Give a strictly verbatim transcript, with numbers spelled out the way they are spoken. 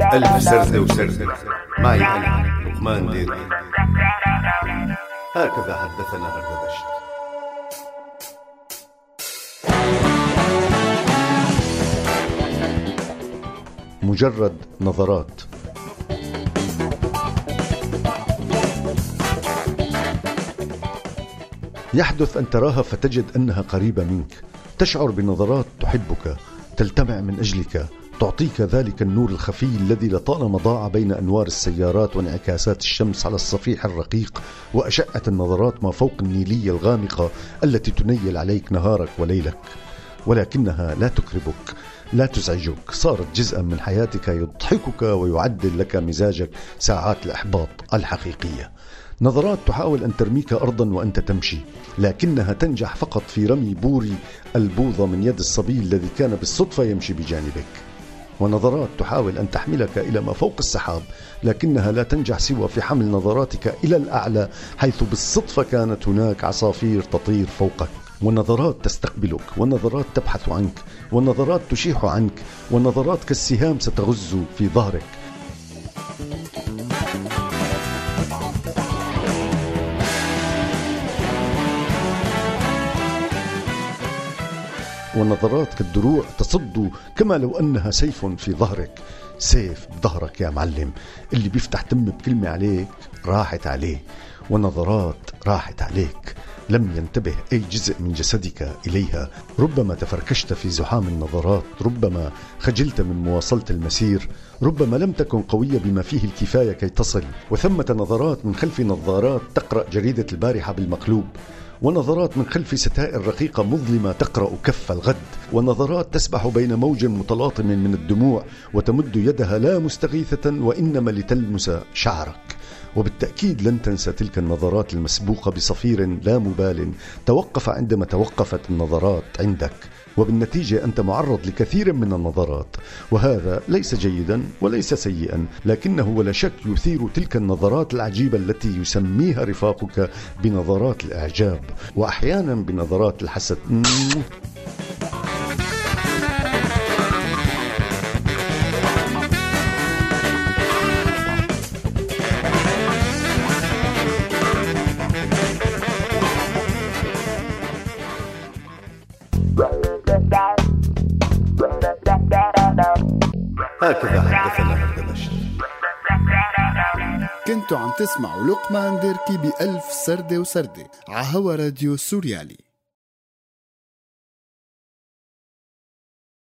ألف سردة وسردة معي أنا لقمان ديري. هكذا حدثنا هردبشت. مجرد نظرات. يحدث أن تراها فتجد أنها قريبة منك، تشعر بنظرات تحبك، تلتمع من أجلك، تعطيك ذلك النور الخفي الذي لطالما ضاع بين أنوار السيارات وانعكاسات الشمس على الصفيح الرقيق وأشعة النظرات ما فوق النيلية الغامقة التي تنيل عليك نهارك وليلك، ولكنها لا تكربك، لا تزعجك، صارت جزءا من حياتك يضحكك ويعدل لك مزاجك ساعات الإحباط الحقيقية. نظرات تحاول أن ترميك أرضا وأنت تمشي، لكنها تنجح فقط في رمي بوري البوظة من يد الصبي الذي كان بالصدفة يمشي بجانبك. ونظرات تحاول أن تحملك إلى ما فوق السحاب، لكنها لا تنجح سوى في حمل نظراتك إلى الأعلى، حيث بالصدفة كانت هناك عصافير تطير فوقك. ونظرات تستقبلك، ونظرات تبحث عنك، ونظرات تشيح عنك، ونظرات كالسهام ستغز في ظهرك. ونظرات كالدروع تصد كما لو أنها سيف في ظهرك. سيف بظهرك يا معلم، اللي بيفتح تم بكلمة عليك راحت عليه. ونظرات راحت عليك، لم ينتبه أي جزء من جسدك إليها. ربما تفركشت في زحام النظرات، ربما خجلت من مواصلة المسير، ربما لم تكن قوية بما فيه الكفاية كي تصل. وثمة نظرات من خلف نظارات تقرأ جريدة البارحة بالمقلوب، ونظرات من خلف ستائر رقيقة مظلمة تقرأ كف الغد، ونظرات تسبح بين موج متلاطم من الدموع وتمد يدها لا مستغيثة وإنما لتلمس شعرك. وبالتأكيد لن تنسى تلك النظرات المسبوقة بصفير لا مبال توقف عندما توقفت النظرات عندك. وبالنتيجة أنت معرض لكثير من النظرات، وهذا ليس جيدا وليس سيئا، لكنه ولا شك يثير تلك النظرات العجيبة التي يسميها رفاقك بنظرات الإعجاب، وأحيانا بنظرات الحسد. هكذا حدثنا هردبشت. كنتوا عم تسمعوا لقمان ديركي بألف سردة وسردة عهوا راديو سوريالي.